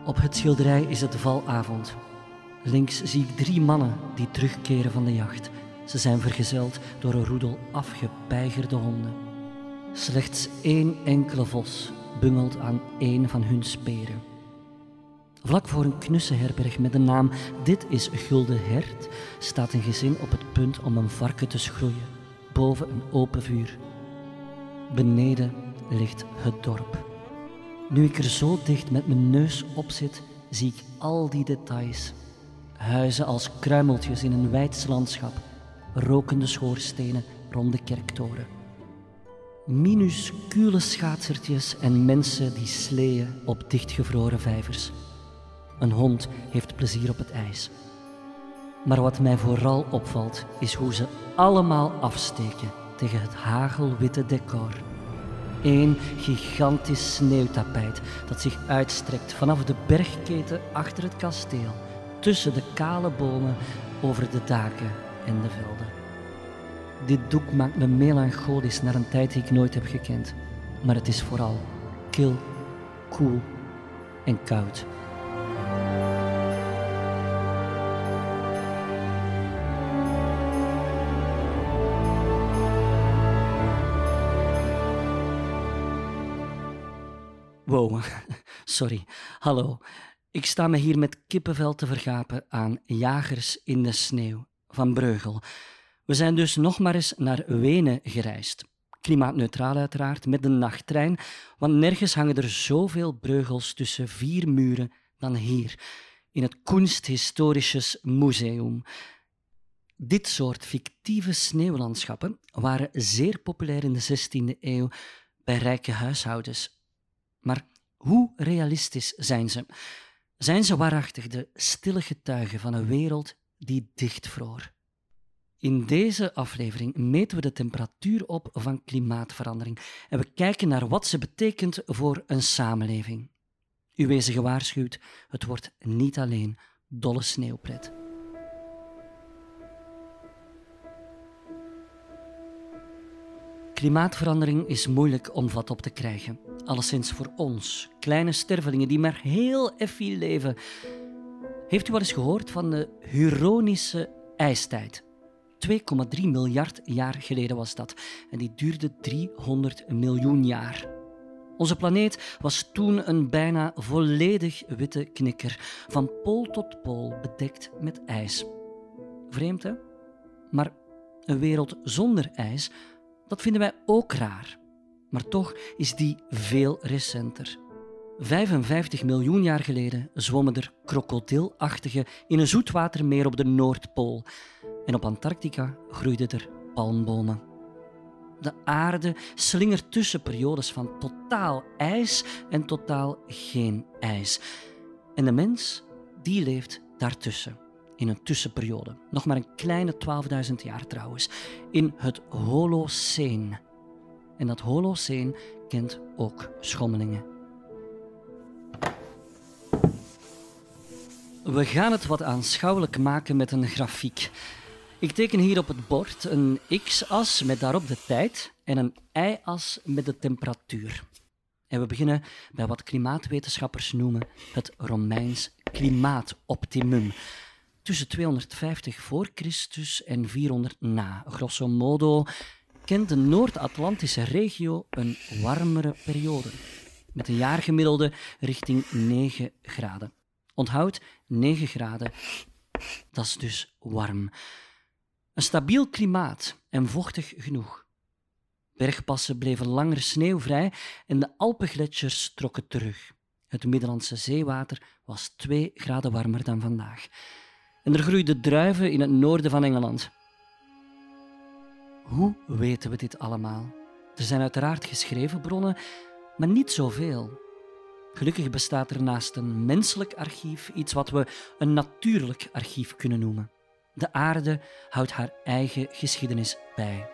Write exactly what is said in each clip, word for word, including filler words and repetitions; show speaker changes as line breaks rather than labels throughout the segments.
Op het schilderij is het valavond. Links zie ik drie mannen die terugkeren van de jacht. Ze zijn vergezeld door een roedel afgepeigerde honden. Slechts één enkele vos bungelt aan één van hun speren. Vlak voor een knusse herberg met de naam Dit is Gulden Hert staat een gezin op het punt om een varken te schroeien, boven een open vuur. Beneden ligt het dorp. Nu ik er zo dicht met mijn neus op zit, zie ik al die details. Huizen als kruimeltjes in een weids landschap, rokende schoorstenen rond de kerktoren. Minuscule schaatsertjes en mensen die sleeën op dichtgevroren vijvers. Een hond heeft plezier op het ijs. Maar wat mij vooral opvalt, is hoe ze allemaal afsteken tegen het hagelwitte decor. Eén gigantisch sneeuwtapijt dat zich uitstrekt vanaf de bergketen achter het kasteel, tussen de kale bomen, over de daken en de velden. Dit doek maakt me melancholisch naar een tijd die ik nooit heb gekend. Maar het is vooral kil, koel en koud. Wow, sorry. Hallo. Ik sta me hier met kippenvel te vergapen aan Jagers in de sneeuw van Breugel. We zijn dus nog maar eens naar Wenen gereisd. Klimaatneutraal uiteraard, met de nachttrein, want nergens hangen er zoveel Breugels tussen vier muren dan hier, in het Kunsthistorisches Museum. Dit soort fictieve sneeuwlandschappen waren zeer populair in de zestiende eeuw bij rijke huishoudens. Maar hoe realistisch zijn ze? Zijn ze waarachtig de stille getuigen van een wereld die dichtvroor? In deze aflevering meten we de temperatuur op van klimaatverandering en we kijken naar wat ze betekent voor een samenleving. U wees gewaarschuwd, het wordt niet alleen dolle sneeuwpret. Klimaatverandering is moeilijk om vat op te krijgen. Alleszins voor ons, kleine stervelingen die maar heel even leven. Heeft u wel eens gehoord van de Huronische ijstijd? twee komma drie miljard jaar geleden was dat. En die duurde driehonderd miljoen jaar. Onze planeet was toen een bijna volledig witte knikker, van pool tot pool bedekt met ijs. Vreemd, hè? Maar een wereld zonder ijs, dat vinden wij ook raar. Maar toch is die veel recenter. vijfenvijftig miljoen jaar geleden zwommen er krokodilachtigen in een zoetwatermeer op de Noordpool. En op Antarctica groeiden er palmbomen. De aarde slingert tussen periodes van totaal ijs en totaal geen ijs. En de mens, die leeft daartussen, in een tussenperiode. Nog maar een kleine twaalfduizend jaar trouwens, in het Holoceen. En dat Holoceen kent ook schommelingen. We gaan het wat aanschouwelijk maken met een grafiek. Ik teken hier op het bord een x-as met daarop de tijd en een y-as met de temperatuur. En we beginnen bij wat klimaatwetenschappers noemen het Romeins klimaatoptimum. Tussen tweehonderdvijftig voor Christus en vierhonderd na. Grosso modo kent de Noord-Atlantische regio een warmere periode, met een jaargemiddelde richting negen graden. Onthoud, negen graden, dat is dus warm. Een stabiel klimaat en vochtig genoeg. Bergpassen bleven langer sneeuwvrij en de Alpengletsjers trokken terug. Het Middellandse zeewater was twee graden warmer dan vandaag. En er groeiden druiven in het noorden van Engeland. Hoe weten we dit allemaal? Er zijn uiteraard geschreven bronnen, maar niet zoveel. Gelukkig bestaat er naast een menselijk archief iets wat we een natuurlijk archief kunnen noemen. De aarde houdt haar eigen geschiedenis bij.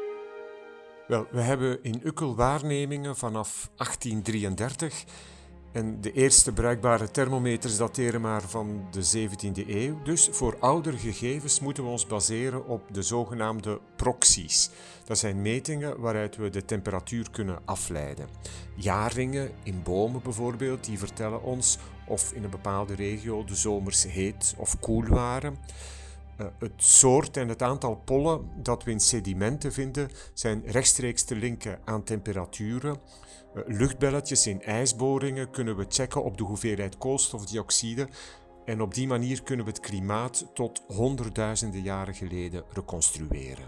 Wel, we hebben in Uckel waarnemingen vanaf achttien drieëndertig En de eerste bruikbare thermometers dateren maar van de zeventiende eeuw. Dus voor oudere gegevens moeten we ons baseren op de zogenaamde proxies. Dat zijn metingen waaruit we de temperatuur kunnen afleiden. Jaarringen in bomen bijvoorbeeld, die vertellen ons of in een bepaalde regio de zomers heet of koel waren. Uh, het soort en het aantal pollen dat we in sedimenten vinden zijn rechtstreeks te linken aan temperaturen. Uh, luchtbelletjes in ijsboringen kunnen we checken op de hoeveelheid koolstofdioxide en op die manier kunnen we het klimaat tot honderdduizenden jaren geleden reconstrueren.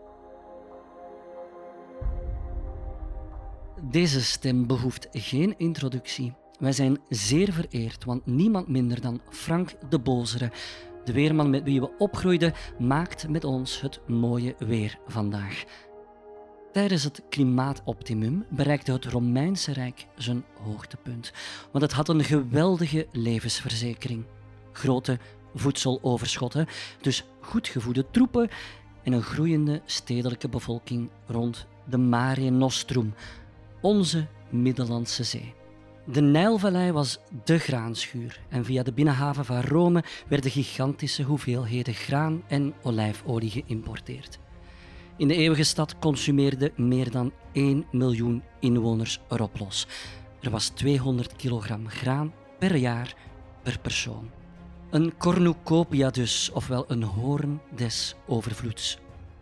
Deze stem behoeft geen introductie. Wij zijn zeer vereerd, want niemand minder dan Frank de Bozere, de weerman met wie we opgroeiden, maakt met ons het mooie weer vandaag. Tijdens het klimaatoptimum bereikte het Romeinse Rijk zijn hoogtepunt, want het had een geweldige levensverzekering. Grote voedseloverschotten, dus goed gevoede troepen en een groeiende stedelijke bevolking rond de Mare Nostrum, onze Middellandse Zee. De Nijlvallei was dé graanschuur en via de binnenhaven van Rome werden gigantische hoeveelheden graan en olijfolie geïmporteerd. In de eeuwige stad consumeerden meer dan één miljoen inwoners erop los. Er was tweehonderd kilogram graan per jaar per persoon. Een cornucopia dus, ofwel een hoorn des overvloeds.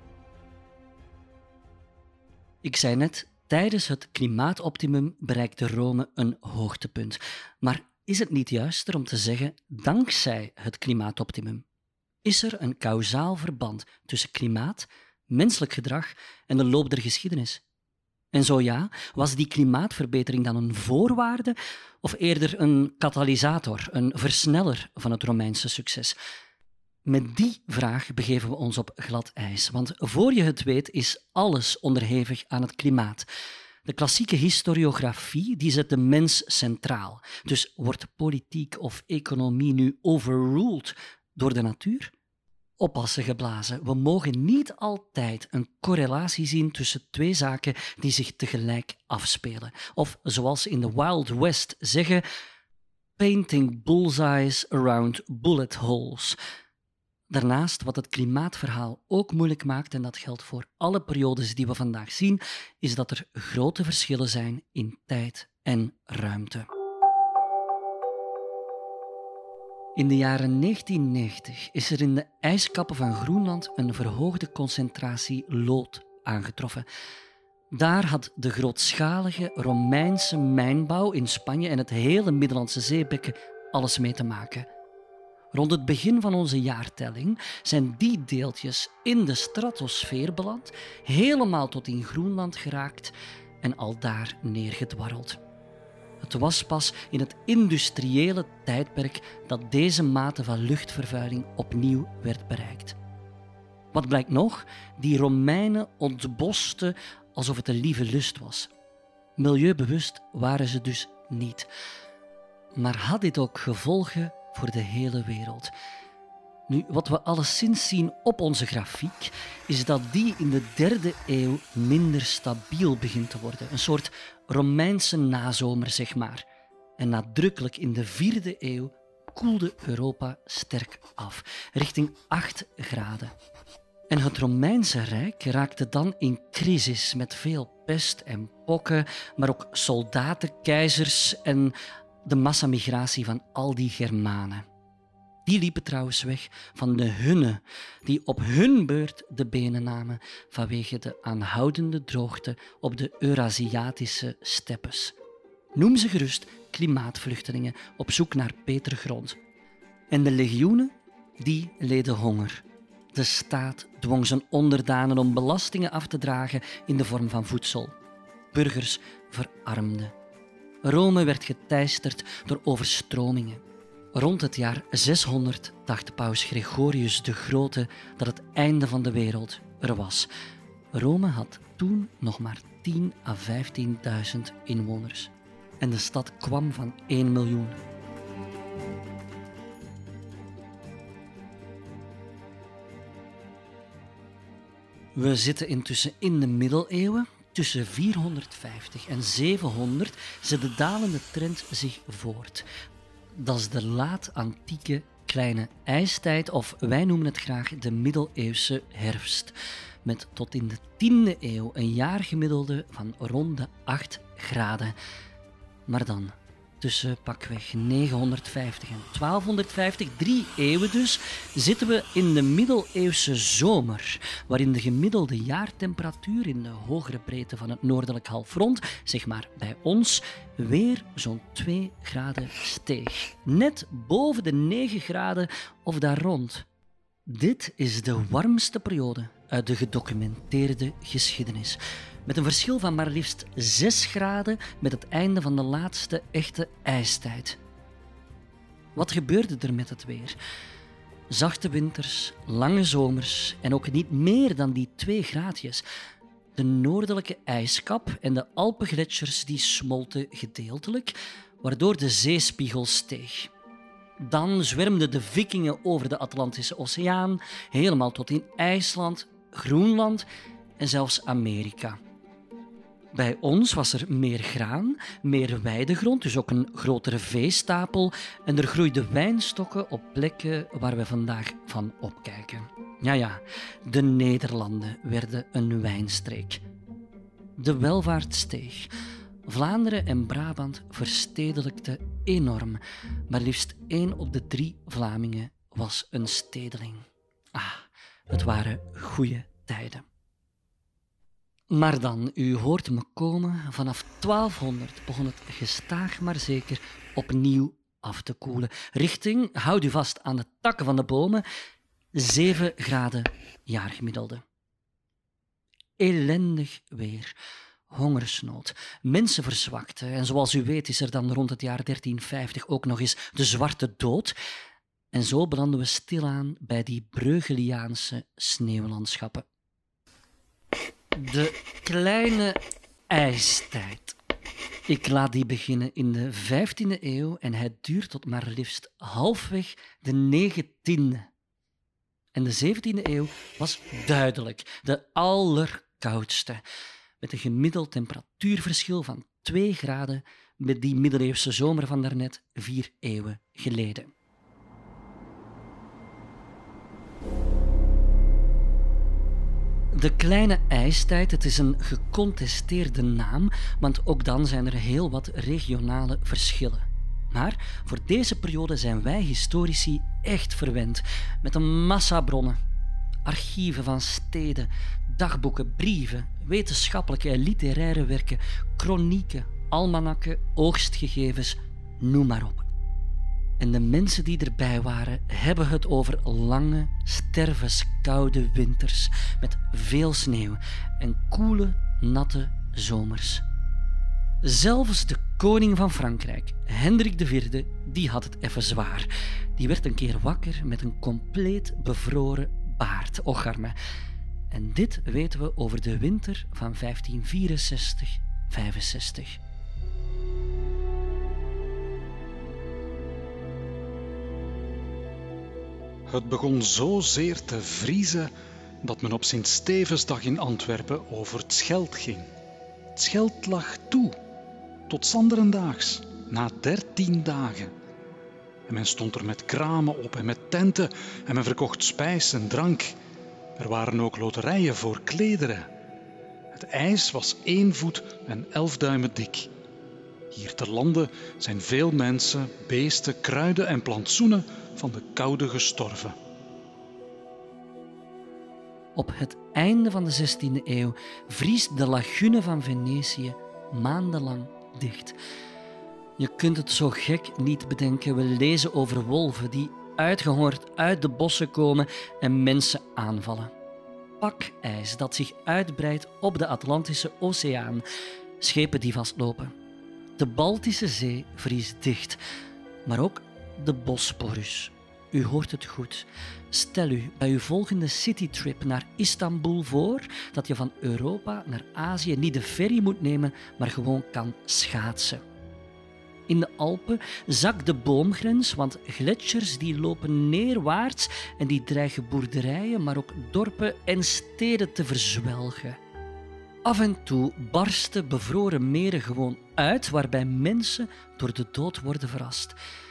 Ik zei net, tijdens het klimaatoptimum bereikte Rome een hoogtepunt. Maar is het niet juister om te zeggen dankzij het klimaatoptimum? Is er een kausaal verband tussen klimaat, menselijk gedrag en de loop der geschiedenis? En zo ja, was die klimaatverbetering dan een voorwaarde of eerder een katalysator, een versneller van het Romeinse succes? Met die vraag begeven we ons op glad ijs, want voor je het weet is alles onderhevig aan het klimaat. De klassieke historiografie die zet de mens centraal. Dus wordt politiek of economie nu overruled door de natuur? Oppassen geblazen. We mogen niet altijd een correlatie zien tussen twee zaken die zich tegelijk afspelen. Of zoals ze in de Wild West zeggen, painting bullseyes around bullet holes. Daarnaast, wat het klimaatverhaal ook moeilijk maakt, en dat geldt voor alle periodes die we vandaag zien, is dat er grote verschillen zijn in tijd en ruimte. In de jaren negentien negentig is er in de ijskappen van Groenland een verhoogde concentratie lood aangetroffen. Daar had de grootschalige Romeinse mijnbouw in Spanje en het hele Middellandse Zeebekken alles mee te maken. Rond het begin van onze jaartelling zijn die deeltjes in de stratosfeer beland, helemaal tot in Groenland geraakt en aldaar neergedwarreld. Het was pas in het industriële tijdperk dat deze mate van luchtvervuiling opnieuw werd bereikt. Wat blijkt nog? Die Romeinen ontbosten alsof het een lieve lust was. Milieubewust waren ze dus niet. Maar had dit ook gevolgen voor de hele wereld? Nu, wat we alleszins zien op onze grafiek, is dat die in de derde eeuw minder stabiel begint te worden. Een soort Romeinse nazomer, zeg maar. En nadrukkelijk in de vierde eeuw koelde Europa sterk af, richting acht graden. En het Romeinse Rijk raakte dan in crisis met veel pest en pokken, maar ook soldatenkeizers en de massamigratie van al die Germanen. Die liepen trouwens weg van de Hunnen, die op hun beurt de benen namen vanwege de aanhoudende droogte op de Eurasiatische steppes. Noem ze gerust klimaatvluchtelingen op zoek naar betere grond. En de legioenen, die leden honger. De staat dwong zijn onderdanen om belastingen af te dragen in de vorm van voedsel. Burgers verarmden. Rome werd geteisterd door overstromingen. Rond het jaar zeshonderd dacht paus Gregorius de Grote dat het einde van de wereld er was. Rome had toen nog maar tien à vijftienduizend inwoners. En de stad kwam van één miljoen. We zitten intussen in de middeleeuwen. Tussen vierhonderdvijftig en zevenhonderd zet de dalende trend zich voort. Dat is de laat-antieke kleine ijstijd, of wij noemen het graag de middeleeuwse herfst. Met tot in de tiende eeuw een jaargemiddelde van rond de acht graden. Maar dan, tussen pakweg negenhonderdvijftig en twaalfhonderdvijftig, drie eeuwen dus, zitten we in de middeleeuwse zomer, waarin de gemiddelde jaartemperatuur in de hogere breedte van het noordelijk halfrond, zeg maar bij ons, weer zo'n twee graden steeg. Net boven de negen graden of daar rond. Dit is de warmste periode uit de gedocumenteerde geschiedenis. Met een verschil van maar liefst zes graden met het einde van de laatste echte ijstijd. Wat gebeurde er met het weer? Zachte winters, lange zomers en ook niet meer dan die twee graadjes. De noordelijke ijskap en de Alpengletsjers die smolten gedeeltelijk, waardoor de zeespiegel steeg. Dan zwermden de vikingen over de Atlantische Oceaan, helemaal tot in IJsland, Groenland en zelfs Amerika. Bij ons was er meer graan, meer weidegrond, dus ook een grotere veestapel, en er groeiden wijnstokken op plekken waar we vandaag van opkijken. Ja, ja, de Nederlanden werden een wijnstreek. De welvaart steeg. Vlaanderen en Brabant verstedelijkten enorm, maar liefst één op de drie Vlamingen was een stedeling. Ah, het waren goede tijden. Maar dan, u hoort me komen, vanaf twaalfhonderd begon het gestaag maar zeker opnieuw af te koelen. Richting, houd u vast aan de takken van de bomen, zeven graden jaargemiddelde. Ellendig weer, hongersnood, mensen verzwakten en zoals u weet is er dan rond het jaar dertienhonderdvijftig ook nog eens de Zwarte Dood. En zo belanden we stilaan bij die Breugeliaanse sneeuwlandschappen. De kleine ijstijd. Ik laat die beginnen in de vijftiende eeuw en hij duurt tot maar liefst halfweg de negentiende. En de zeventiende eeuw was duidelijk de allerkoudste, met een gemiddeld temperatuurverschil van twee graden met die middeleeuwse zomer van daarnet vier eeuwen geleden. De kleine ijstijd, het is een gecontesteerde naam, want ook dan zijn er heel wat regionale verschillen. Maar voor deze periode zijn wij historici echt verwend, met een massa bronnen. Archieven van steden, dagboeken, brieven, wetenschappelijke en literaire werken, kronieken, almanakken, oogstgegevens, noem maar op. En de mensen die erbij waren, hebben het over lange, stervenskoude winters met veel sneeuw en koele, natte zomers. Zelfs de koning van Frankrijk, Hendrik de Vierde, die had het even zwaar. Die werd een keer wakker met een compleet bevroren baard, ocharme. En dit weten we over de winter van vijftien vierenzestig vijfenzestig.
Het begon zozeer te vriezen dat men op Sint-Stevensdag in Antwerpen over het Scheld ging. Het Scheld lag toe, tot zanderendaags, na dertien dagen. En men stond er met kramen op en met tenten en men verkocht spijs en drank. Er waren ook loterijen voor klederen. Het ijs was één voet en elf duimen dik. Hier ter lande zijn veel mensen, beesten, kruiden en plantsoenen van de koude gestorven.
Op het einde van de zestiende eeuw vriest de lagune van Venetië maandenlang dicht. Je kunt het zo gek niet bedenken. We lezen over wolven die uitgehongerd uit de bossen komen en mensen aanvallen. Pakijs dat zich uitbreidt op de Atlantische Oceaan. Schepen die vastlopen. De Baltische Zee vriest dicht, maar ook de Bosporus. U hoort het goed. Stel u bij uw volgende citytrip naar Istanbul voor dat je van Europa naar Azië niet de ferry moet nemen, maar gewoon kan schaatsen. In de Alpen zakt de boomgrens, want gletsjers die lopen neerwaarts en die dreigen boerderijen, maar ook dorpen en steden te verzwelgen. af en toe barsten bevroren meren gewoon uit, waarbij mensen door de dood worden verrast.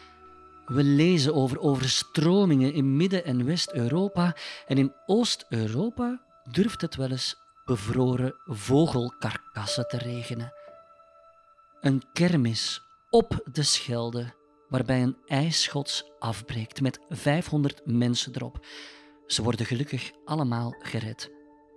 We lezen over overstromingen in Midden- en West-Europa en in Oost-Europa durft het wel eens bevroren vogelkarkassen te regenen. Een kermis op de Schelde, waarbij een ijsschots afbreekt met vijfhonderd mensen erop. Ze worden gelukkig allemaal gered.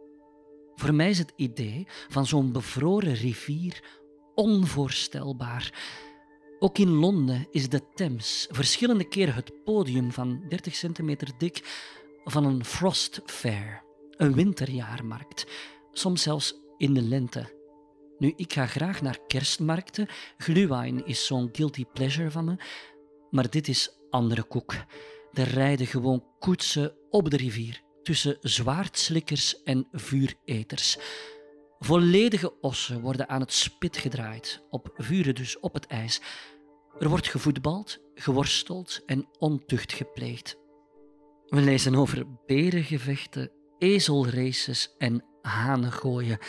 Voor mij is het idee van zo'n bevroren rivier onvoorstelbaar. Ook in Londen is de Theems verschillende keren het podium van dertig centimeter dik van een Frost Fair, een winterjaarmarkt, soms zelfs in de lente. Nu, ik ga graag naar kerstmarkten. Glühwein is zo'n guilty pleasure van me, maar dit is andere koek. Er rijden gewoon koetsen op de rivier tussen zwaardslikkers en vuureters. Volledige ossen worden aan het spit gedraaid, op vuren dus op het ijs. Er wordt gevoetbald, geworsteld en ontucht gepleegd. We lezen over berengevechten, ezelraces en hanengooien.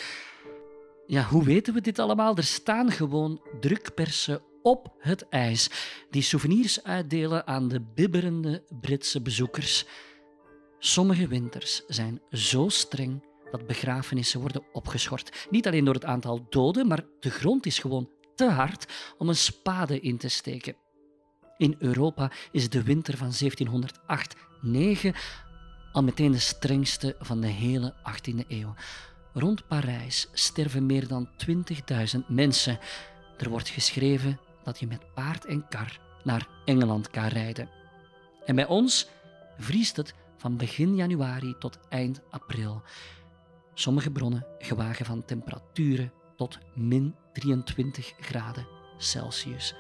Ja, hoe weten we dit allemaal? Er staan gewoon drukpersen op het ijs die souvenirs uitdelen aan de bibberende Britse bezoekers. Sommige winters zijn zo streng dat begrafenissen worden opgeschort. Niet alleen door het aantal doden, maar de grond is gewoon te hard om een spade in te steken. In Europa is de winter van zeventienhonderdacht negen al meteen de strengste van de hele achttiende eeuw. Rond Parijs sterven meer dan twintigduizend mensen. Er wordt geschreven dat je met paard en kar naar Engeland kan rijden. En bij ons vriest het van begin januari tot eind april. Sommige bronnen gewagen van temperaturen tot min drieëntwintig graden Celsius.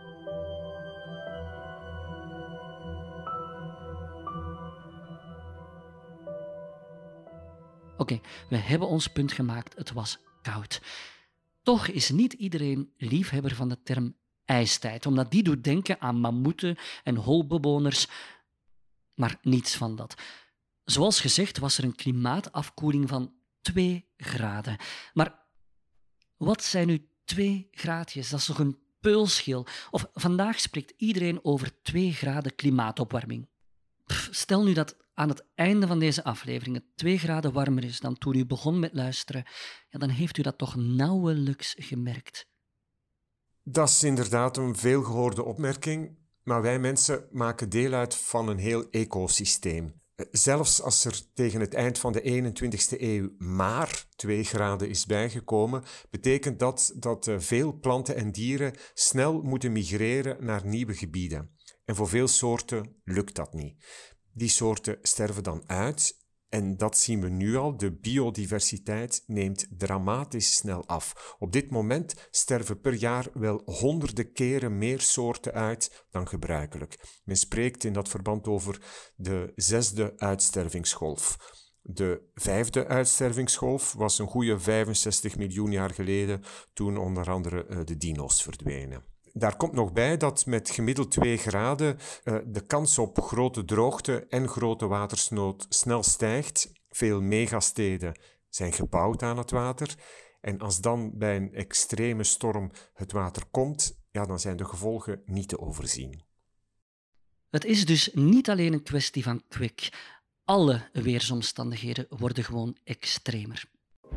Oké, okay, we hebben ons punt gemaakt. Het was koud. Toch is niet iedereen liefhebber van de term ijstijd, omdat die doet denken aan mammoeten en holbewoners, maar niets van dat. Zoals gezegd was er een klimaatafkoeling van twee graden. Maar wat zijn nu twee graadjes? Dat is toch een peulschil? Of vandaag spreekt iedereen over twee graden klimaatopwarming. Pff, stel nu dat aan het einde van deze aflevering het twee graden warmer is dan toen u begon met luisteren, ja, dan heeft u dat toch nauwelijks gemerkt.
Dat is inderdaad een veelgehoorde opmerking, maar wij mensen maken deel uit van een heel ecosysteem. Zelfs als er tegen het eind van de eenentwintigste eeuw maar twee graden is bijgekomen, betekent dat dat veel planten en dieren snel moeten migreren naar nieuwe gebieden. En voor veel soorten lukt dat niet. Die soorten sterven dan uit en dat zien we nu al. De biodiversiteit neemt dramatisch snel af. Op dit moment sterven per jaar wel honderden keren meer soorten uit dan gebruikelijk. Men spreekt in dat verband over de zesde uitstervingsgolf. De vijfde uitstervingsgolf was een goede vijfenzestig miljoen jaar geleden, toen onder andere de dino's verdwenen. Daar komt nog bij dat met gemiddeld twee graden uh, de kans op grote droogte en grote watersnood snel stijgt. Veel megasteden zijn gebouwd aan het water. En als dan bij een extreme storm het water komt, ja, dan zijn de gevolgen niet te overzien.
Het is dus niet alleen een kwestie van kwik. Alle weersomstandigheden worden gewoon extremer.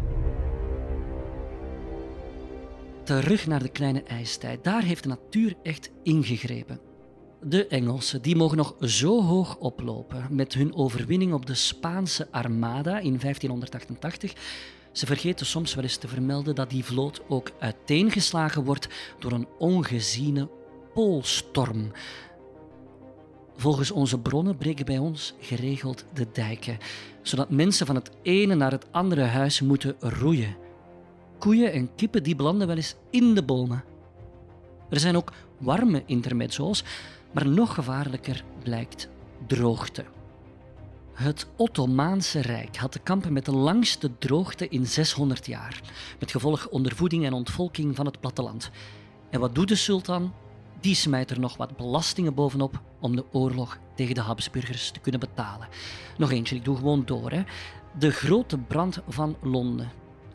Terug naar de kleine ijstijd. Daar heeft de natuur echt ingegrepen. De Engelsen die mogen nog zo hoog oplopen met hun overwinning op de Spaanse Armada in vijftienhonderdachtentachtig. Ze vergeten soms wel eens te vermelden dat die vloot ook uiteengeslagen wordt door een ongeziene poolstorm. Volgens onze bronnen breken bij ons geregeld de dijken, zodat mensen van het ene naar het andere huis moeten roeien. Koeien en kippen die belanden wel eens in de bomen. Er zijn ook warme intermezzo's, maar nog gevaarlijker blijkt droogte. Het Ottomaanse Rijk had te kampen met de langste droogte in zeshonderd jaar, met gevolg ondervoeding en ontvolking van het platteland. En wat doet de sultan? Die smijt er nog wat belastingen bovenop om de oorlog tegen de Habsburgers te kunnen betalen. Nog eentje, ik doe gewoon door. Hè. De grote brand van Londen.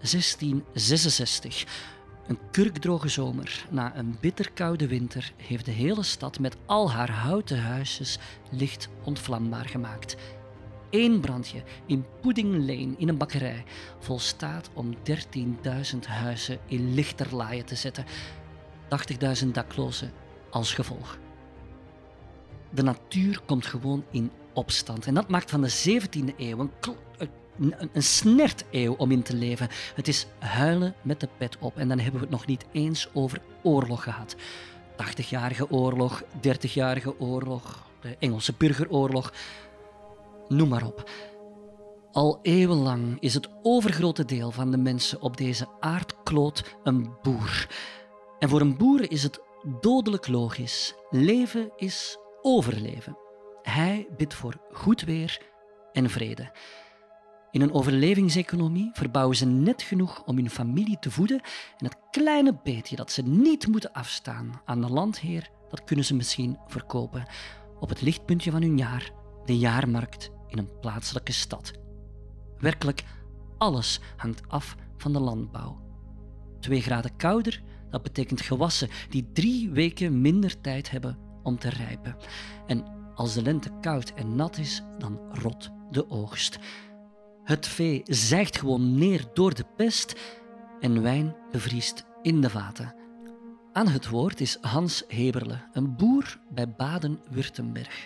zestien zesenzestig. Een kurkdroge zomer. Na een bitterkoude winter heeft de hele stad met al haar houten huisjes licht ontvlambaar gemaakt. Eén brandje in Pudding Lane in een bakkerij volstaat om dertienduizend huizen in lichterlaaien te zetten. tachtigduizend daklozen als gevolg. De natuur komt gewoon in opstand. En dat maakt van de zeventiende eeuw een, een, een snerteeuw om in te leven. Het is huilen met de pet op. En dan hebben we het nog niet eens over oorlog gehad. tachtigjarige oorlog, dertigjarige oorlog, de Engelse burgeroorlog. Noem maar op. Al eeuwenlang is het overgrote deel van de mensen op deze aardkloot een boer. En voor een boer is het dodelijk logisch. Leven is overleven. Hij bidt voor goed weer en vrede. In een overlevingseconomie verbouwen ze net genoeg om hun familie te voeden en het kleine beetje dat ze niet moeten afstaan aan de landheer, dat kunnen ze misschien verkopen op het lichtpuntje van hun jaar, de jaarmarkt in een plaatselijke stad. Werkelijk alles hangt af van de landbouw. Twee graden kouder, dat betekent gewassen die drie weken minder tijd hebben om te rijpen. En als de lente koud en nat is, dan rot de oogst. Het vee zijgt gewoon neer door de pest en wijn bevriest in de vaten. Aan het woord is Hans Heberle, een boer bij Baden-Württemberg.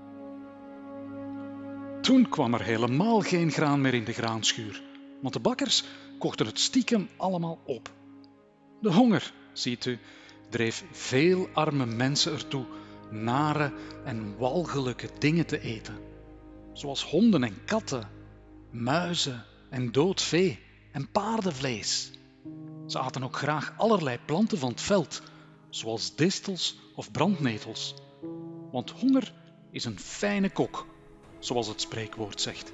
Toen kwam er helemaal geen graan meer in de graanschuur, want de bakkers kochten het stiekem allemaal op. De honger, ziet u, dreef veel arme mensen ertoe nare en walgelijke dingen te eten, zoals honden en katten, muizen en dood vee en paardenvlees. Ze aten ook graag allerlei planten van het veld, zoals distels of brandnetels, want honger is een fijne kok, zoals het spreekwoord zegt.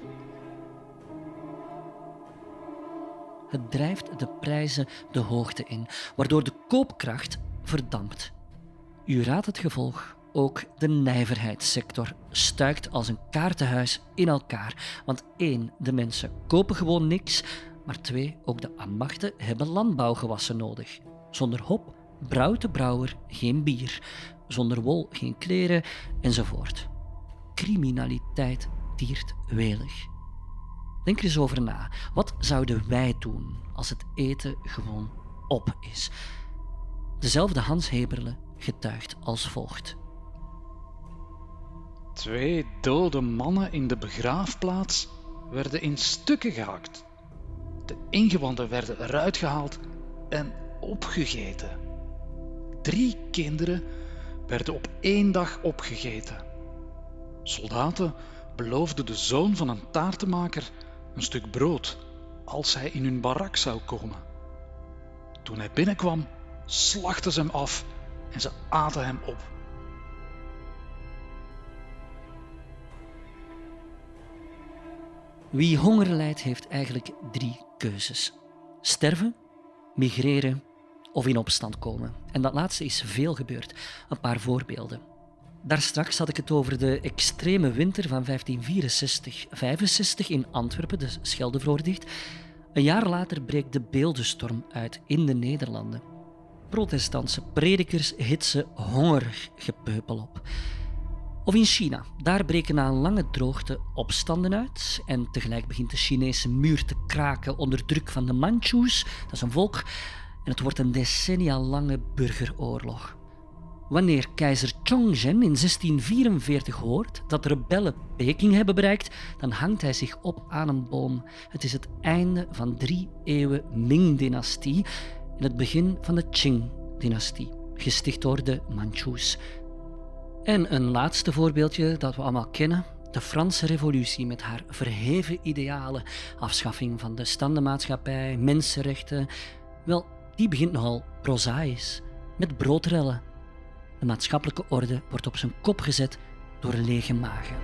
Het drijft de prijzen de hoogte in, waardoor de koopkracht verdampt. U raadt het gevolg. Ook de nijverheidssector stuikt als een kaartenhuis in elkaar. Want één, de mensen kopen gewoon niks, maar twee, ook de ambachten hebben landbouwgewassen nodig. Zonder hop brouwt de brouwer geen bier, zonder wol geen kleren enzovoort. Criminaliteit tiert welig. Denk er eens over na. Wat zouden wij doen als het eten gewoon op is? Dezelfde Hans Heberle getuigt als volgt.
Twee dode mannen in de begraafplaats werden in stukken gehakt. De ingewanden werden eruit gehaald en opgegeten. Drie kinderen werden op één dag opgegeten. Soldaten beloofden de zoon van een taartenmaker een stuk brood als hij in hun barak zou komen. Toen hij binnenkwam, slachtten ze hem af en ze aten hem op.
Wie honger lijdt, heeft eigenlijk drie keuzes. Sterven, migreren of in opstand komen. En dat laatste is veel gebeurd. Een paar voorbeelden. Daarstraks had ik het over de extreme winter van vijftien vierenzestig vijfenzestig in Antwerpen, de Schelde vroor dicht. Een jaar later breekt de beeldenstorm uit in de Nederlanden. Protestantse predikers hitsen hongerig gepeupel op. Of in China. Daar breken na een lange droogte opstanden uit en tegelijk begint de Chinese muur te kraken onder druk van de Manchus, dat is een volk, en het wordt een decennia lange burgeroorlog. Wanneer keizer Chongzhen in zestien vierenveertig hoort dat de rebellen Peking hebben bereikt, dan hangt hij zich op aan een boom. Het is het einde van drie eeuwen Ming-dynastie en het begin van de Qing-dynastie, gesticht door de Manchus. En een laatste voorbeeldje dat we allemaal kennen. De Franse Revolutie met haar verheven idealen. Afschaffing van de standenmaatschappij, mensenrechten. Wel, die begint nogal prozaïs, met broodrellen. De maatschappelijke orde wordt op zijn kop gezet door lege magen.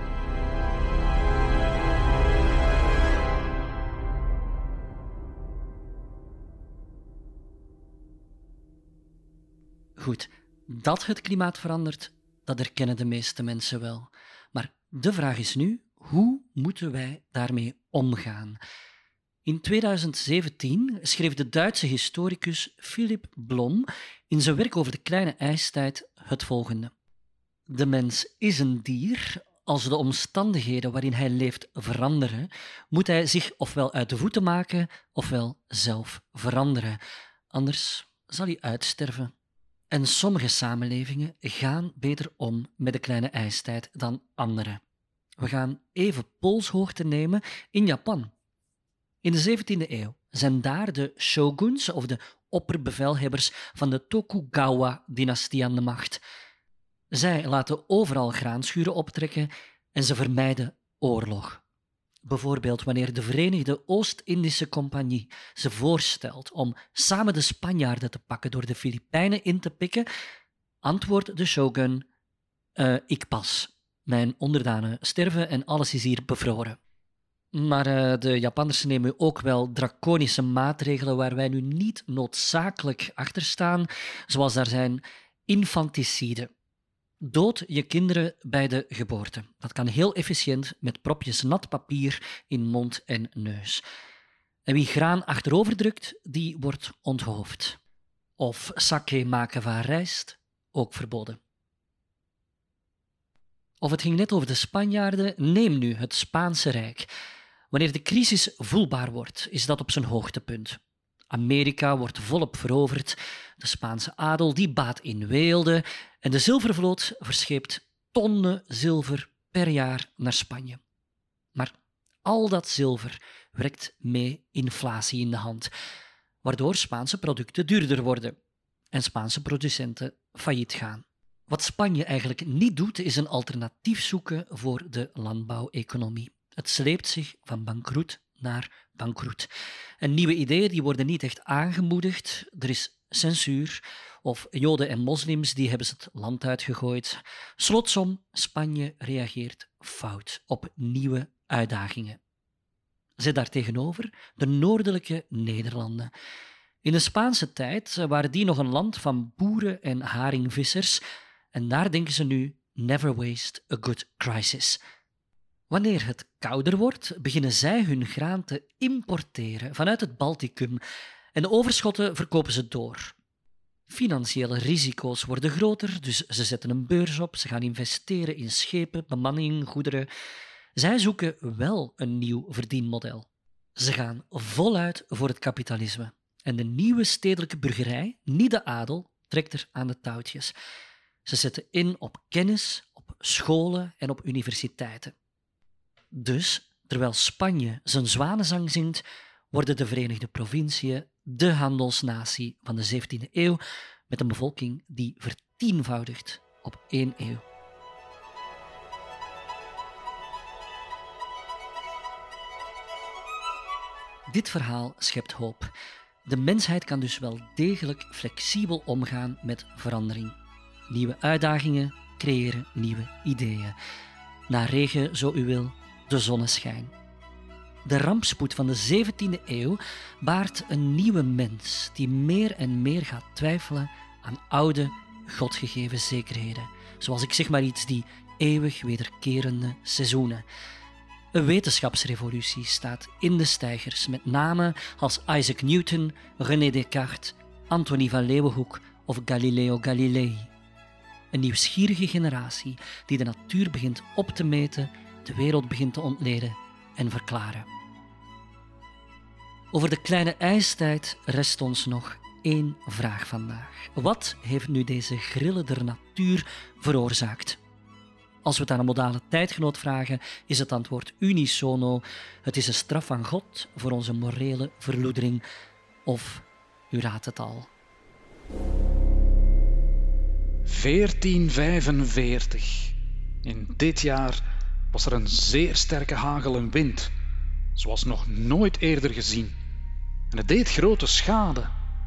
Goed, dat het klimaat verandert, dat erkennen de meeste mensen wel. Maar de vraag is nu, hoe moeten wij daarmee omgaan? In tweeduizend zeventien schreef de Duitse historicus Philipp Blom in zijn werk over de kleine ijstijd het volgende. De mens is een dier. Als de omstandigheden waarin hij leeft veranderen, moet hij zich ofwel uit de voeten maken, ofwel zelf veranderen. Anders zal hij uitsterven. En sommige samenlevingen gaan beter om met de kleine ijstijd dan andere. We gaan even polshoogte nemen in Japan. In de zeventiende eeuw zijn daar de shoguns, of de opperbevelhebbers van de Tokugawa-dynastie aan de macht. Zij laten overal graanschuren optrekken en ze vermijden oorlog. Bijvoorbeeld wanneer de Verenigde Oost-Indische Compagnie ze voorstelt om samen de Spanjaarden te pakken door de Filipijnen in te pikken, antwoordt de shogun: uh, ik pas. Mijn onderdanen sterven en alles is hier bevroren. Maar uh, de Japanners nemen ook wel draconische maatregelen waar wij nu niet noodzakelijk achter staan, zoals daar zijn infanticide. Dood je kinderen bij de geboorte. Dat kan heel efficiënt met propjes nat papier in mond en neus. En wie graan achterover drukt, die wordt onthoofd. Of sake maken van rijst, ook verboden. Of het ging net over de Spanjaarden, neem nu het Spaanse Rijk. Wanneer de crisis voelbaar wordt, is dat op zijn hoogtepunt. Amerika wordt volop veroverd, de Spaanse adel die baat in weelde en de zilvervloot verscheept tonnen zilver per jaar naar Spanje. Maar al dat zilver werkt mee inflatie in de hand, waardoor Spaanse producten duurder worden en Spaanse producenten failliet gaan. Wat Spanje eigenlijk niet doet, is een alternatief zoeken voor de landbouweconomie. Het sleept zich van bankroet naar bankroet. En nieuwe ideeën die worden niet echt aangemoedigd. Er is censuur, of Joden en moslims die hebben ze het land uitgegooid. Slotsom, Spanje reageert fout op nieuwe uitdagingen. Zet daartegenover de noordelijke Nederlanden. In de Spaanse tijd waren die nog een land van boeren en haringvissers en daar denken ze nu never waste a good crisis. Wanneer het kouder wordt, beginnen zij hun graan te importeren vanuit het Balticum en de overschotten verkopen ze door. Financiële risico's worden groter, dus ze zetten een beurs op, ze gaan investeren in schepen, bemanning, goederen. Zij zoeken wel een nieuw verdienmodel. Ze gaan voluit voor het kapitalisme. En de nieuwe stedelijke burgerij, niet de adel, trekt er aan de touwtjes. Ze zetten in op kennis, op scholen en op universiteiten. Dus, terwijl Spanje zijn zwanenzang zingt, worden de Verenigde Provinciën de handelsnatie van de zeventiende eeuw met een bevolking die vertienvoudigt op één eeuw. Dit verhaal schept hoop. De mensheid kan dus wel degelijk flexibel omgaan met verandering. Nieuwe uitdagingen creëren nieuwe ideeën. Na regen, zo u wil, de zonneschijn. De rampspoed van de zeventiende eeuw baart een nieuwe mens die meer en meer gaat twijfelen aan oude, godgegeven zekerheden. Zoals ik zeg maar iets, die eeuwig wederkerende seizoenen. Een wetenschapsrevolutie staat in de steigers, met namen als Isaac Newton, René Descartes, Antonie van Leeuwenhoek of Galileo Galilei. Een nieuwsgierige generatie die de natuur begint op te meten, de wereld begint te ontleden en verklaren. Over de kleine ijstijd rest ons nog één vraag vandaag. Wat heeft nu deze grillen der natuur veroorzaakt? Als we het aan een modale tijdgenoot vragen, is het antwoord unisono: het is een straf van God voor onze morele verloedering. Of, u raadt het al.
veertien vijfenveertig. In dit jaar was er een zeer sterke hagel en wind, zoals nog nooit eerder gezien. En het deed grote schade.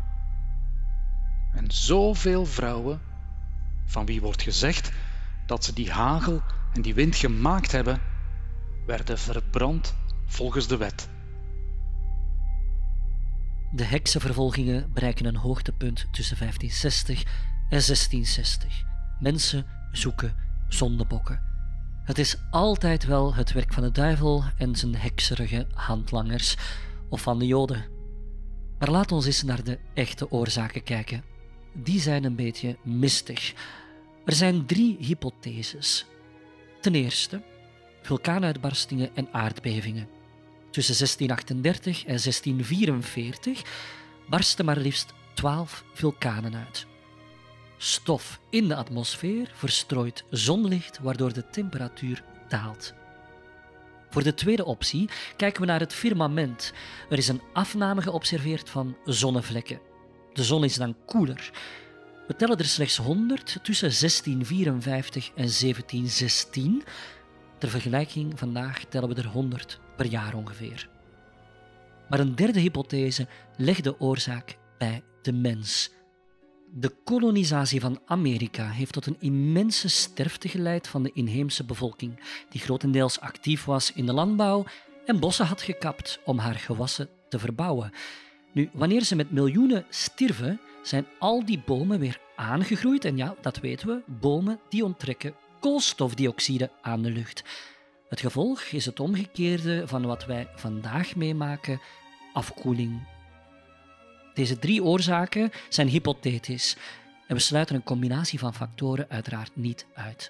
En zoveel vrouwen, van wie wordt gezegd dat ze die hagel en die wind gemaakt hebben, werden verbrand volgens de wet.
De heksenvervolgingen bereiken een hoogtepunt tussen vijftienzestig en zestienzestig. Mensen zoeken zondebokken. Het is altijd wel het werk van de duivel en zijn hekserige handlangers. of van de Joden. Maar laat ons eens naar de echte oorzaken kijken. Die zijn een beetje mistig. Er zijn drie hypotheses. Ten eerste, vulkaanuitbarstingen en aardbevingen. Tussen zestien achtendertig en zestien vierenveertig barsten maar liefst twaalf vulkanen uit. Stof in de atmosfeer verstrooit zonlicht, waardoor de temperatuur daalt. Voor de tweede optie kijken we naar het firmament. Er is een afname geobserveerd van zonnevlekken. De zon is dan koeler. We tellen er slechts honderd tussen zestien vierenvijftig en zeventien zestien. Ter vergelijking, vandaag tellen we er honderd per jaar ongeveer. Maar een derde hypothese legt de oorzaak bij de mens. De kolonisatie van Amerika heeft tot een immense sterfte geleid van de inheemse bevolking, die grotendeels actief was in de landbouw en bossen had gekapt om haar gewassen te verbouwen. Nu, wanneer ze met miljoenen stierven, zijn al die bomen weer aangegroeid en ja, dat weten we, bomen die onttrekken koolstofdioxide aan de lucht. Het gevolg is het omgekeerde van wat wij vandaag meemaken, afkoeling. Deze drie oorzaken zijn hypothetisch en we sluiten een combinatie van factoren uiteraard niet uit.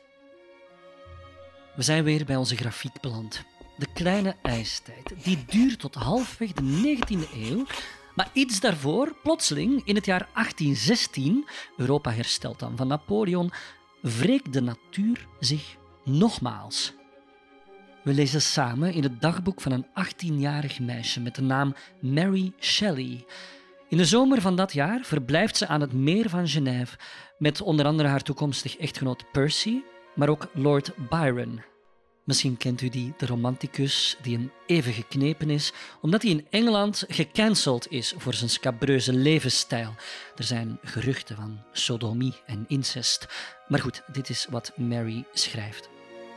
We zijn weer bij onze grafiek beland. De kleine ijstijd, die duurt tot halfweg de negentiende eeuw, maar iets daarvoor, plotseling, in het jaar achttien zestien, Europa herstelt dan van Napoleon, wreekt de natuur zich nogmaals. We lezen samen in het dagboek van een achttienjarig meisje met de naam Mary Shelley. In de zomer van dat jaar verblijft ze aan het meer van Genève met onder andere haar toekomstig echtgenoot Percy, maar ook Lord Byron. Misschien kent u die, de romanticus die hem even geknepen is, omdat hij in Engeland gecanceld is voor zijn scabreuze levensstijl. Er zijn geruchten van sodomie en incest. Maar goed, dit is wat Mary schrijft.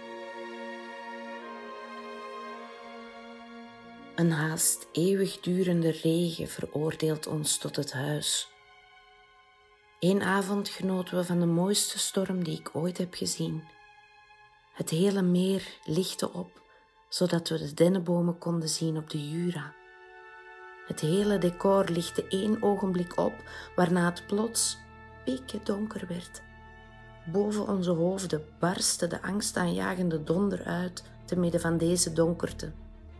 Een haast eeuwigdurende regen veroordeelt ons tot het huis. Eén avond genoten we van de mooiste storm die ik ooit heb gezien. Het hele meer lichtte op, zodat we de dennenbomen konden zien op de Jura. Het hele decor lichtte één ogenblik op, waarna het plots pikken donker werd. Boven onze hoofden barstte de angstaanjagende donder uit te midden van deze donkerte.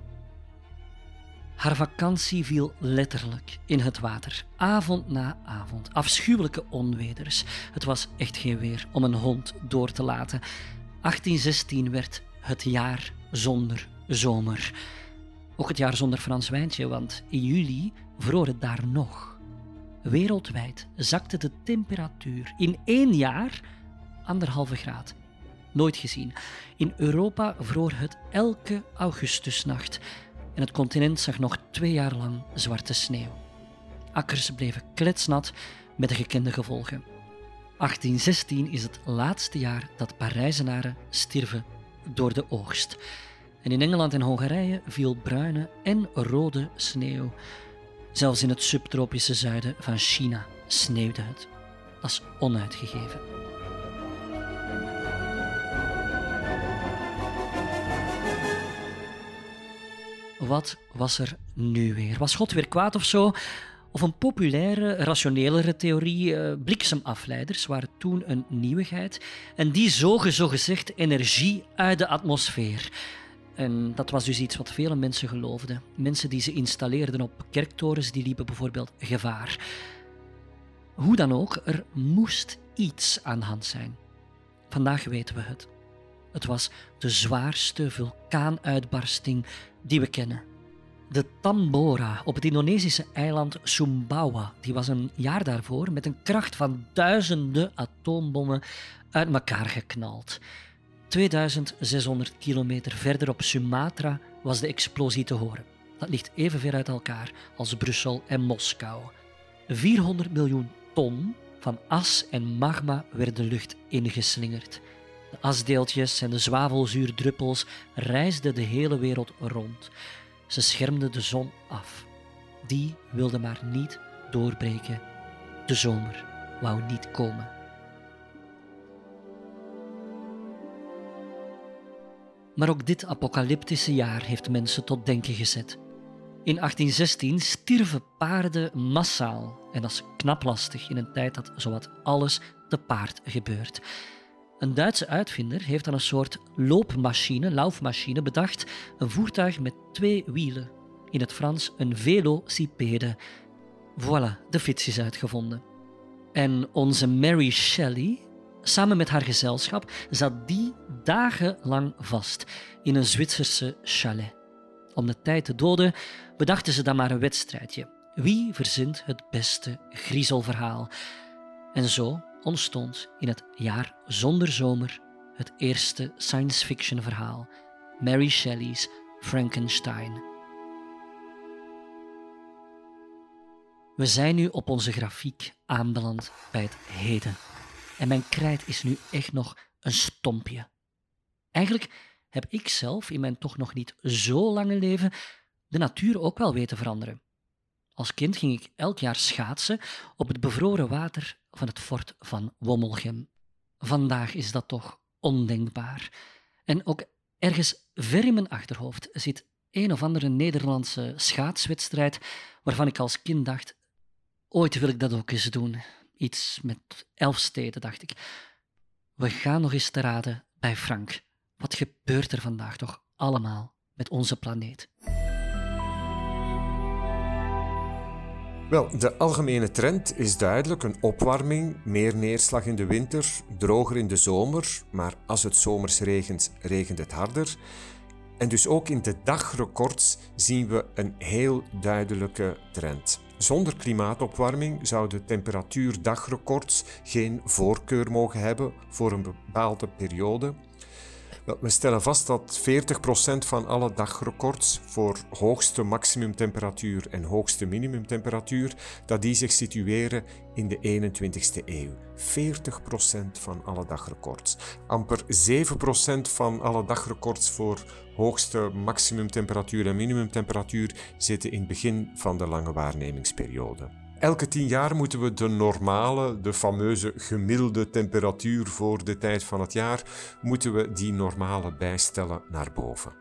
Haar vakantie viel letterlijk in het water, avond na avond. Afschuwelijke onweders. Het was echt geen weer om een hond door te laten. achttien zestien werd het jaar zonder zomer. Ook het jaar zonder Frans wijntje, want in juli vroor het daar nog. Wereldwijd zakte de temperatuur in één jaar anderhalve graad. Nooit gezien. In Europa vroor het elke augustusnacht. En het continent zag nog twee jaar lang zwarte sneeuw. Akkers bleven kletsnat met de gekende gevolgen. achttien zestien is het laatste jaar dat Parijzenaren stierven door de oogst. En in Engeland en Hongarije viel bruine en rode sneeuw. Zelfs in het subtropische zuiden van China sneeuwde het. Dat is onuitgegeven. Wat was er nu weer? Was God weer kwaad of zo? Of een populaire, rationelere theorie, eh, bliksemafleiders waren toen een nieuwigheid. En die zogen zogezegd energie uit de atmosfeer. En dat was dus iets wat vele mensen geloofden. Mensen die ze installeerden op kerktorens, die liepen bijvoorbeeld gevaar. Hoe dan ook, er moest iets aan de hand zijn. Vandaag weten we het. Het was de zwaarste vulkaanuitbarsting die we kennen. De Tambora op het Indonesische eiland Sumbawa, die was een jaar daarvoor met een kracht van duizenden atoombommen uit elkaar geknald. tweeduizend zeshonderd kilometer verder op Sumatra was de explosie te horen. Dat ligt even ver uit elkaar als Brussel en Moskou. vierhonderd miljoen ton van as en magma werden de lucht ingeslingerd. De asdeeltjes en de zwavelzuurdruppels reisden de hele wereld rond. Ze schermden de zon af. Die wilde maar niet doorbreken. De zomer wou niet komen. Maar ook dit apocalyptische jaar heeft mensen tot denken gezet. In achttien zestien stierven paarden massaal. En dat is knap lastig in een tijd dat zowat alles te paard gebeurt. Een Duitse uitvinder heeft dan een soort loopmachine, laufmachine, bedacht. Een voertuig met twee wielen. In het Frans een velocipede. Voilà, de fiets is uitgevonden. En onze Mary Shelley, samen met haar gezelschap, zat die dagenlang vast in een Zwitserse chalet. Om de tijd te doden bedachten ze dan maar een wedstrijdje. Wie verzint het beste griezelverhaal? En zo ontstond in het jaar zonder zomer het eerste science fiction verhaal, Mary Shelley's Frankenstein. We zijn nu op onze grafiek aanbeland bij het heden. En mijn krijt is nu echt nog een stompje. Eigenlijk heb ik zelf in mijn toch nog niet zo lange leven de natuur ook wel weten veranderen. Als kind ging ik elk jaar schaatsen op het bevroren water van het fort van Wommelgem. Vandaag is dat toch ondenkbaar. En ook ergens ver in mijn achterhoofd zit een of andere Nederlandse schaatswedstrijd waarvan ik als kind dacht, ooit wil ik dat ook eens doen. Iets met elf steden, dacht ik. We gaan nog eens te raden bij Frank. Wat gebeurt er vandaag toch allemaal met onze planeet?
Wel, de algemene trend is duidelijk een opwarming, meer neerslag in de winter, droger in de zomer, maar als het zomers regent, regent het harder. En dus ook in de dagrecords zien we een heel duidelijke trend. Zonder klimaatopwarming zouden temperatuurdagrecords geen voorkeur mogen hebben voor een bepaalde periode. We stellen vast dat veertig procent van alle dagrecords voor hoogste maximumtemperatuur en hoogste minimumtemperatuur, dat die zich situeren in de eenentwintigste eeuw. veertig procent van alle dagrecords. Amper zeven procent van alle dagrecords voor hoogste maximumtemperatuur en minimumtemperatuur zitten in het begin van de lange waarnemingsperiode. Elke tien jaar moeten we de normale, de fameuze gemiddelde temperatuur voor de tijd van het jaar, moeten we die normale bijstellen naar boven.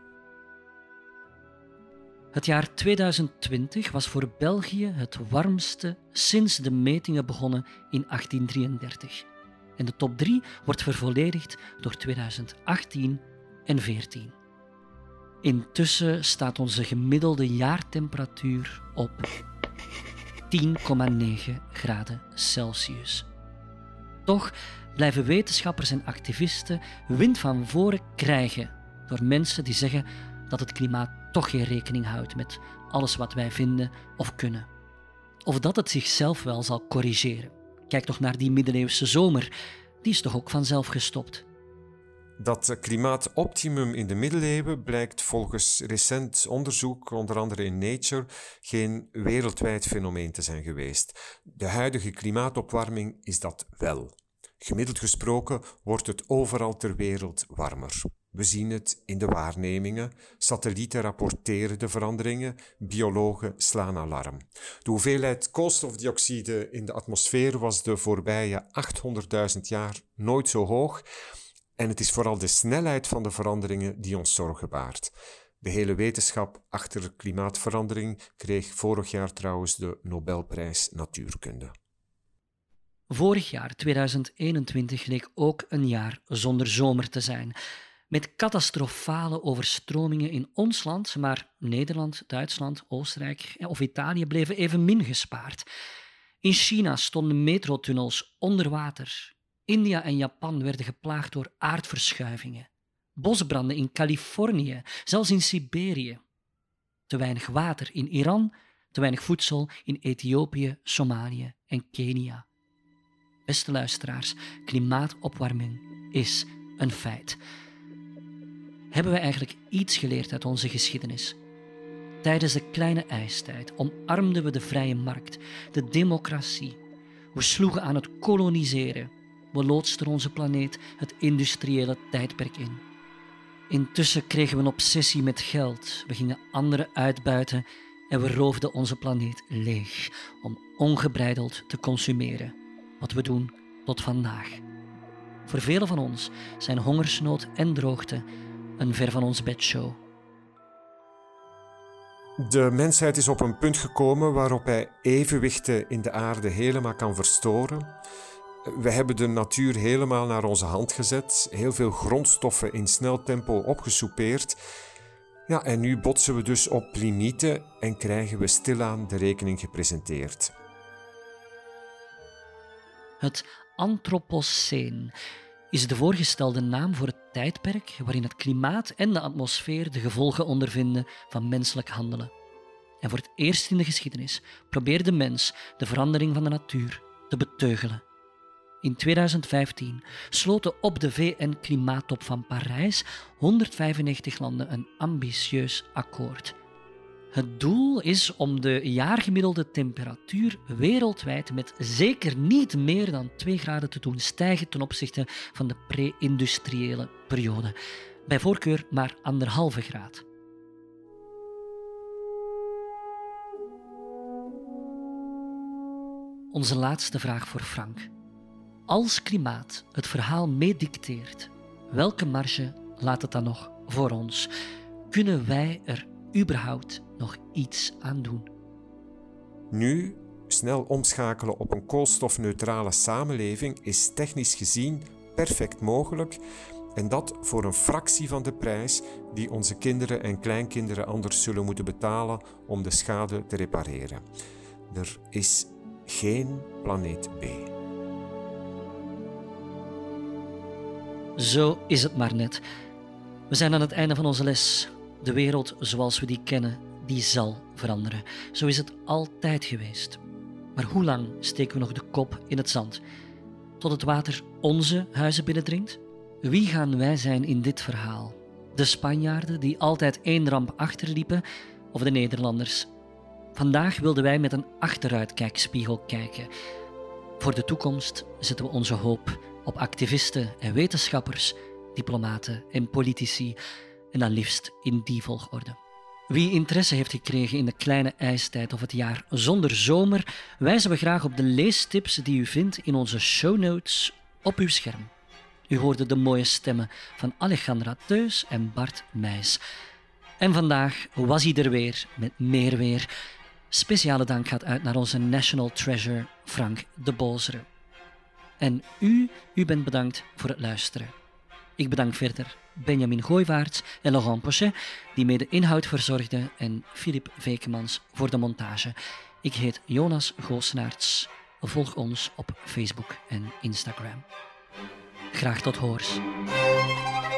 Het jaar tweeduizend twintig was voor België het warmste sinds de metingen begonnen in achttien drieëndertig. En de top drie wordt vervolledigd door tweeduizend achttien en veertien. Intussen staat onze gemiddelde jaartemperatuur op tien komma negen graden Celsius. Toch blijven wetenschappers en activisten wind van voren krijgen door mensen die zeggen dat het klimaat toch geen rekening houdt met alles wat wij vinden of kunnen. Of dat het zichzelf wel zal corrigeren. Kijk toch naar die middeleeuwse zomer, die is toch ook vanzelf gestopt.
Dat klimaatoptimum in de middeleeuwen blijkt volgens recent onderzoek, onder andere in Nature, geen wereldwijd fenomeen te zijn geweest. De huidige klimaatopwarming is dat wel. Gemiddeld gesproken wordt het overal ter wereld warmer. We zien het in de waarnemingen, satellieten rapporteren de veranderingen, biologen slaan alarm. De hoeveelheid koolstofdioxide in de atmosfeer was de voorbije achthonderdduizend jaar nooit zo hoog. En het is vooral de snelheid van de veranderingen die ons zorgen baart. De hele wetenschap achter klimaatverandering kreeg vorig jaar trouwens de Nobelprijs Natuurkunde.
Vorig jaar, tweeduizend eenentwintig, leek ook een jaar zonder zomer te zijn. Met catastrofale overstromingen in ons land, maar Nederland, Duitsland, Oostenrijk of Italië bleven evenmin gespaard. In China stonden metrotunnels onder water. India en Japan werden geplaagd door aardverschuivingen. Bosbranden in Californië, zelfs in Siberië. Te weinig water in Iran, te weinig voedsel in Ethiopië, Somalië en Kenia. Beste luisteraars, klimaatopwarming is een feit. Hebben we eigenlijk iets geleerd uit onze geschiedenis? Tijdens de kleine ijstijd omarmden we de vrije markt, de democratie. We sloegen aan het koloniseren. We loodsten onze planeet het industriële tijdperk in. Intussen kregen we een obsessie met geld. We gingen anderen uitbuiten en we roofden onze planeet leeg om ongebreideld te consumeren. Wat we doen tot vandaag. Voor velen van ons zijn hongersnood en droogte een ver van ons bedshow.
De mensheid is op een punt gekomen waarop hij evenwichten in de aarde helemaal kan verstoren. We hebben de natuur helemaal naar onze hand gezet, heel veel grondstoffen in snel tempo opgesoupeerd. Ja, en nu botsen we dus op limieten en krijgen we stilaan de rekening gepresenteerd.
Het Anthropoceen is de voorgestelde naam voor het tijdperk waarin het klimaat en de atmosfeer de gevolgen ondervinden van menselijk handelen. En voor het eerst in de geschiedenis probeert de mens de verandering van de natuur te beteugelen. In tweeduizend vijftien sloten op de V N-klimaattop van Parijs honderdvijfennegentig landen een ambitieus akkoord. Het doel is om de jaargemiddelde temperatuur wereldwijd met zeker niet meer dan twee graden te doen stijgen ten opzichte van de pre-industriële periode. Bij voorkeur maar anderhalve graad. Onze laatste vraag voor Frank. Als klimaat het verhaal meedicteert, welke marge laat het dan nog voor ons? Kunnen wij er überhaupt nog iets aan doen?
Nu, snel omschakelen op een koolstofneutrale samenleving is technisch gezien perfect mogelijk en dat voor een fractie van de prijs die onze kinderen en kleinkinderen anders zullen moeten betalen om de schade te repareren. Er is geen planeet B.
Zo is het maar net. We zijn aan het einde van onze les. De wereld zoals we die kennen, die zal veranderen. Zo is het altijd geweest. Maar hoe lang steken we nog de kop in het zand? Tot het water onze huizen binnendringt? Wie gaan wij zijn in dit verhaal? De Spanjaarden die altijd één ramp achterliepen, of de Nederlanders? Vandaag wilden wij met een achteruitkijkspiegel kijken. Voor de toekomst zetten we onze hoop op activisten en wetenschappers, diplomaten en politici, en dan liefst in die volgorde. Wie interesse heeft gekregen in de kleine ijstijd of het jaar zonder zomer, wijzen we graag op de leestips die u vindt in onze show notes op uw scherm. U hoorde de mooie stemmen van Alejandra Teus en Bart Meijs. En vandaag was hij er weer met meer weer. Speciale dank gaat uit naar onze national treasure Frank de Bozere. En u, u bent bedankt voor het luisteren. Ik bedank verder Benjamin Gooivaerts en Laurent Pochet, die mee de inhoud verzorgden, en Filip Vekemans voor de montage. Ik heet Jonas Goosenaerts. Volg ons op Facebook en Instagram. Graag tot hoors.